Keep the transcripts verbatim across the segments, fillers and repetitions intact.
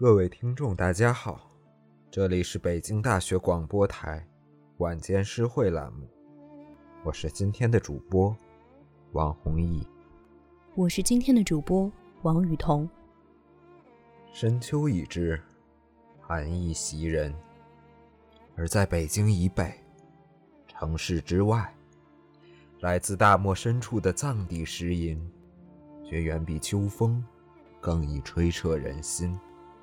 各位听众大家好，这里是北京大学广播台晚间诗会栏目，我是今天的主播王弘毅。 我是今天的主播王雨桐。 深秋已至，寒意袭人，而在北京以北城市之外，来自大漠深处的藏地诗吟却远比秋风更易吹彻人心。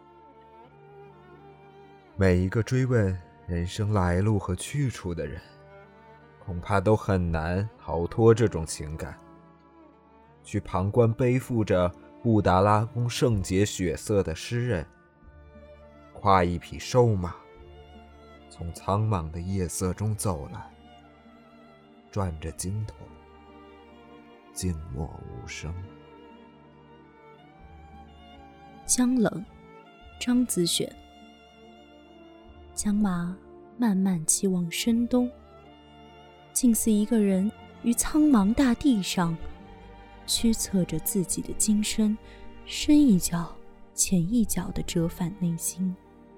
每一个追问人生来路和去处的人，恐怕都很难逃脱这种情感，去旁观背负着布达拉宫圣洁血色的诗人，跨一匹瘦马，从苍茫的夜色中走来，转着经筒，静默无声。 江冷，张子选。将马慢慢骑往深冬，竟似一个人于苍茫大地上驱策着自己的今生，深一脚浅一脚地折返内心。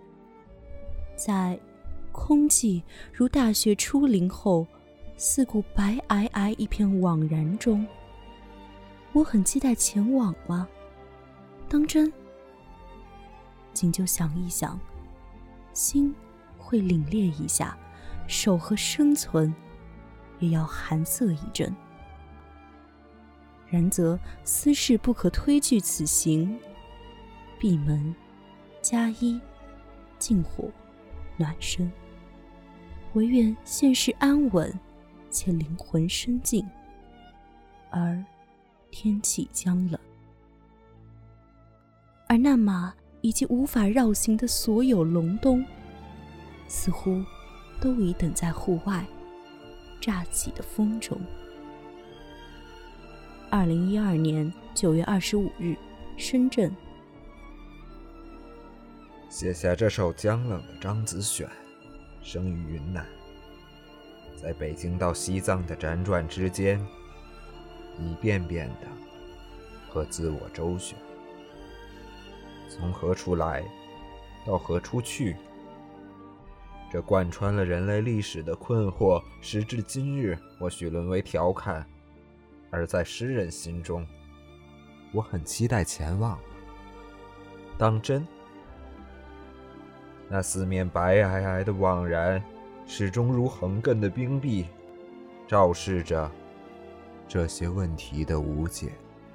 在空寂如大雪初临后四顾白皑皑一片惘然中，我很期待前往吗？当真？仅就想一想，心会凛冽一下，手和生存也要寒涩一阵。然则私事不可推拒此行，闭门加衣静火暖身，唯愿现世安稳，且灵魂深静，而天气将冷。而那马以及无法绕行的所有隆冬，似乎都已等在户外乍起的风中。二零一二年九月二十五日，深圳。 写下这首江冷的张子选，生于云南，在北京到西藏的辗转之间，一遍遍的和自我周旋，从何处来到何处去，这贯穿了人类历史的困惑，时至今日或许沦为调侃，而在诗人心中，我很期待前往。当真，那四面白皑皑的惘然，始终如横亘的冰壁，昭示着这些问题的无解。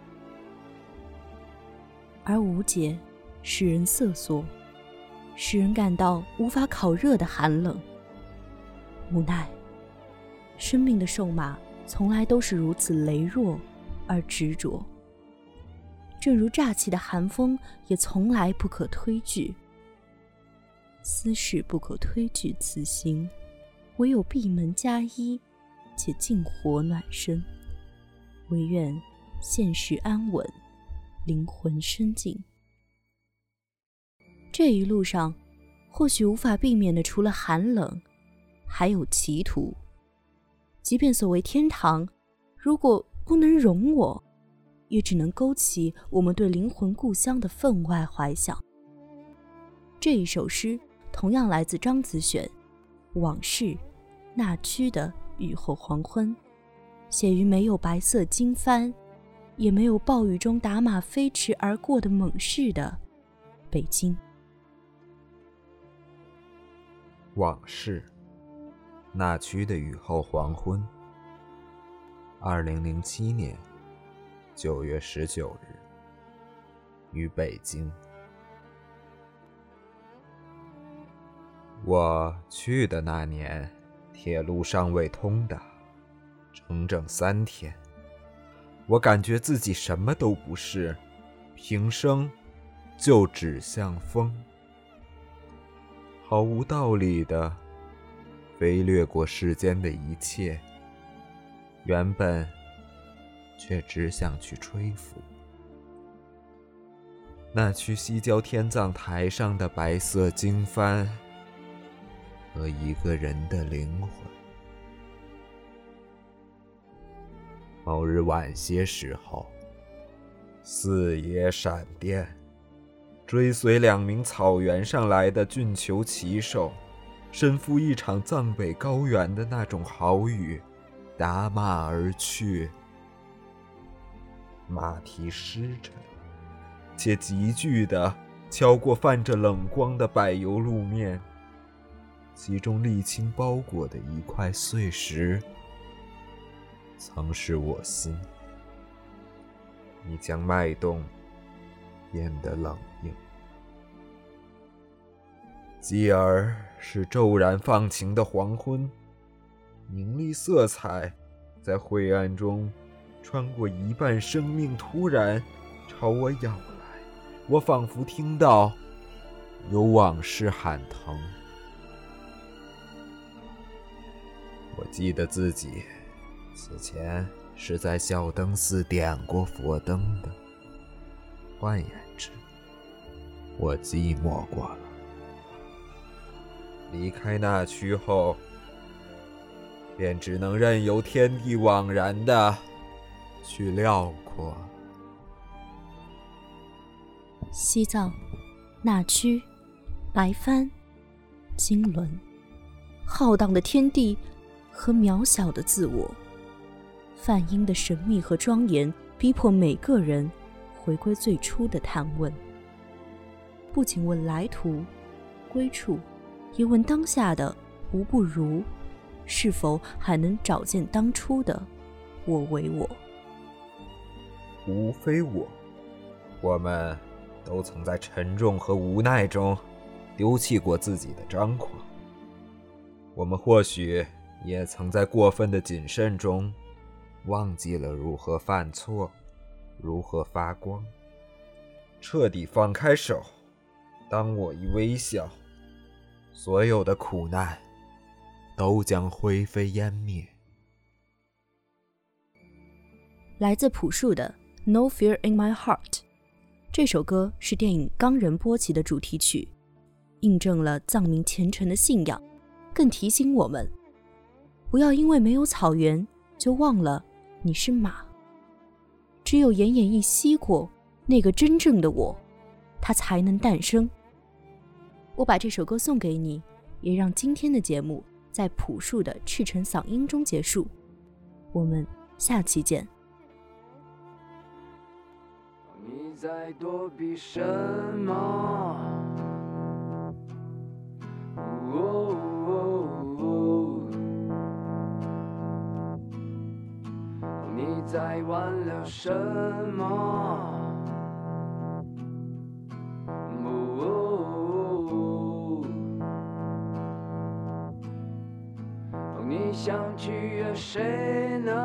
而无解使人瑟缩，使人感到无法烤热的寒冷。无奈，生命的瘦马从来都是如此羸弱而执着，正如乍起的寒风也从来不可推拒。私事不可推拒此行，唯有闭门加衣，且静火暖身，唯愿现世安稳，灵魂深静。这一路上或许无法避免的除了寒冷，还有歧途。即便所谓天堂，如果不能容我，也只能勾起我们对灵魂故乡的分外怀想。这一首诗同样来自张子选，往事那曲的雨后黄昏，写于没有白色经幡，也没有暴雨中打马飞驰而过的猛士的北京。 往事那曲的雨后黄昏，二零零七年九月十九日，于北京。我去的那年，铁路尚未通的，整整三天，我感觉自己什么都不是，平生就只像风，毫无道理的飞掠过世间的一切，原本却只想去吹拂那去西郊天葬台上的白色经幡和一个人的灵魂。某日晚些时候，四野闪电， 追随两名草原上来的俊裘骑手，身负一场藏北高原的那种豪雨，打马而去。马蹄湿沉，且急剧地敲过泛着冷光的柏油路面，其中沥青包裹的一块碎石，曾是我心。你将脉动变得冷硬，继而是骤然放晴的黄昏，明丽色彩在灰暗中穿过一半生命，突然朝我咬来，我仿佛听到有往事喊疼。我记得自己此前是在小灯寺点过佛灯的，换言之，我寂寞过了。离开那区后，便只能任由天地惘然的去辽阔。 西藏、那曲、白帆、经纶，浩荡的天地和渺小的自我，梵音的神秘和庄严逼迫每个人回归最初的探问，不仅问来途、归处，也问当下的无不如，是否还能找见当初的我为我。 无非我，我们都曾在沉重和无奈中丢弃过自己的张狂，我们或许也曾在过分的谨慎中忘记了如何犯错，如何发光。彻底放开手，当我一微笑，所有的苦难都将灰飞烟灭。 来自朴树的 No Fear in My Heart， 这首歌是电影《冈仁波齐》的主题曲，印证了藏民虔诚的信仰，更提醒我们不要因为没有草原就忘了你是马。只有奄奄一息过那个真正的我，它才能诞生。我把这首歌送给你，也让今天的节目在朴树的赤诚嗓音中结束。我们下期见。 你在躲避什么？哦哦哦，你在挽留什么？哦哦，你想取悦谁呢？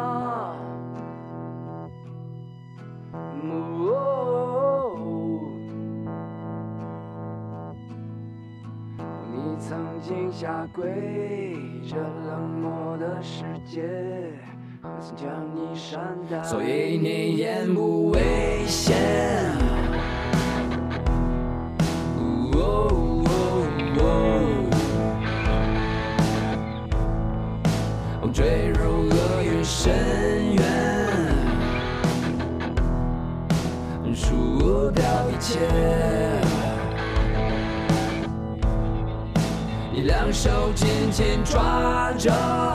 你曾经下跪，这冷漠的世界何曾将你善待？所以你眼不危险。哦哦哦，坠入厄运深渊，输掉一切。你两手紧紧抓着，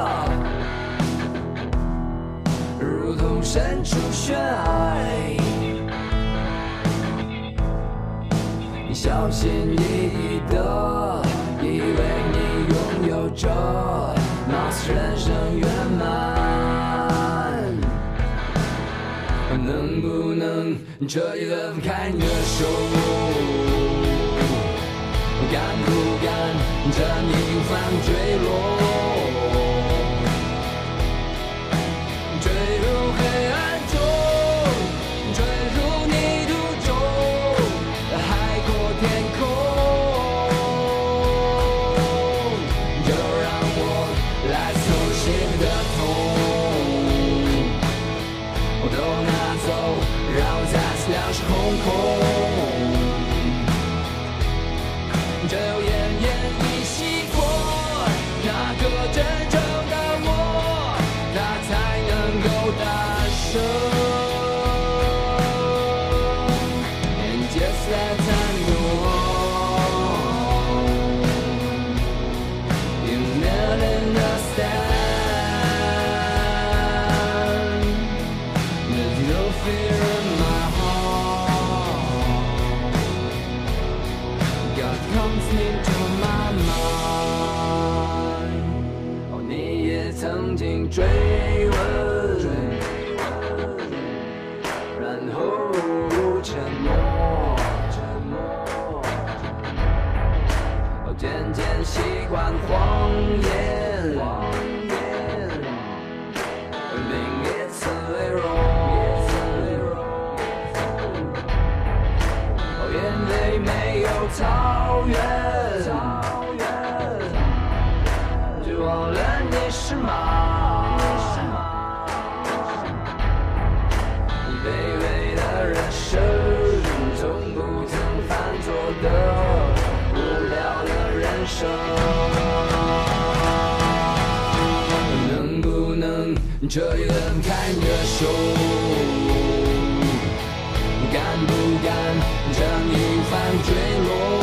如同身处悬崖。你小心翼翼的，以为你拥有着貌似人生圆满，能不能彻底的放开你的手？敢不敢这逆风坠落，坠入黑暗中，坠入泥土中，海阔天空。就让我来搜寻的痛，都拿走，让我再次两手空空。只有奄奄一息过，那个真正的我，他才能够大声。And just let time go. 生，从不曾犯错的无聊的人生。能不能这一轮看着手？敢不敢这一番坠落？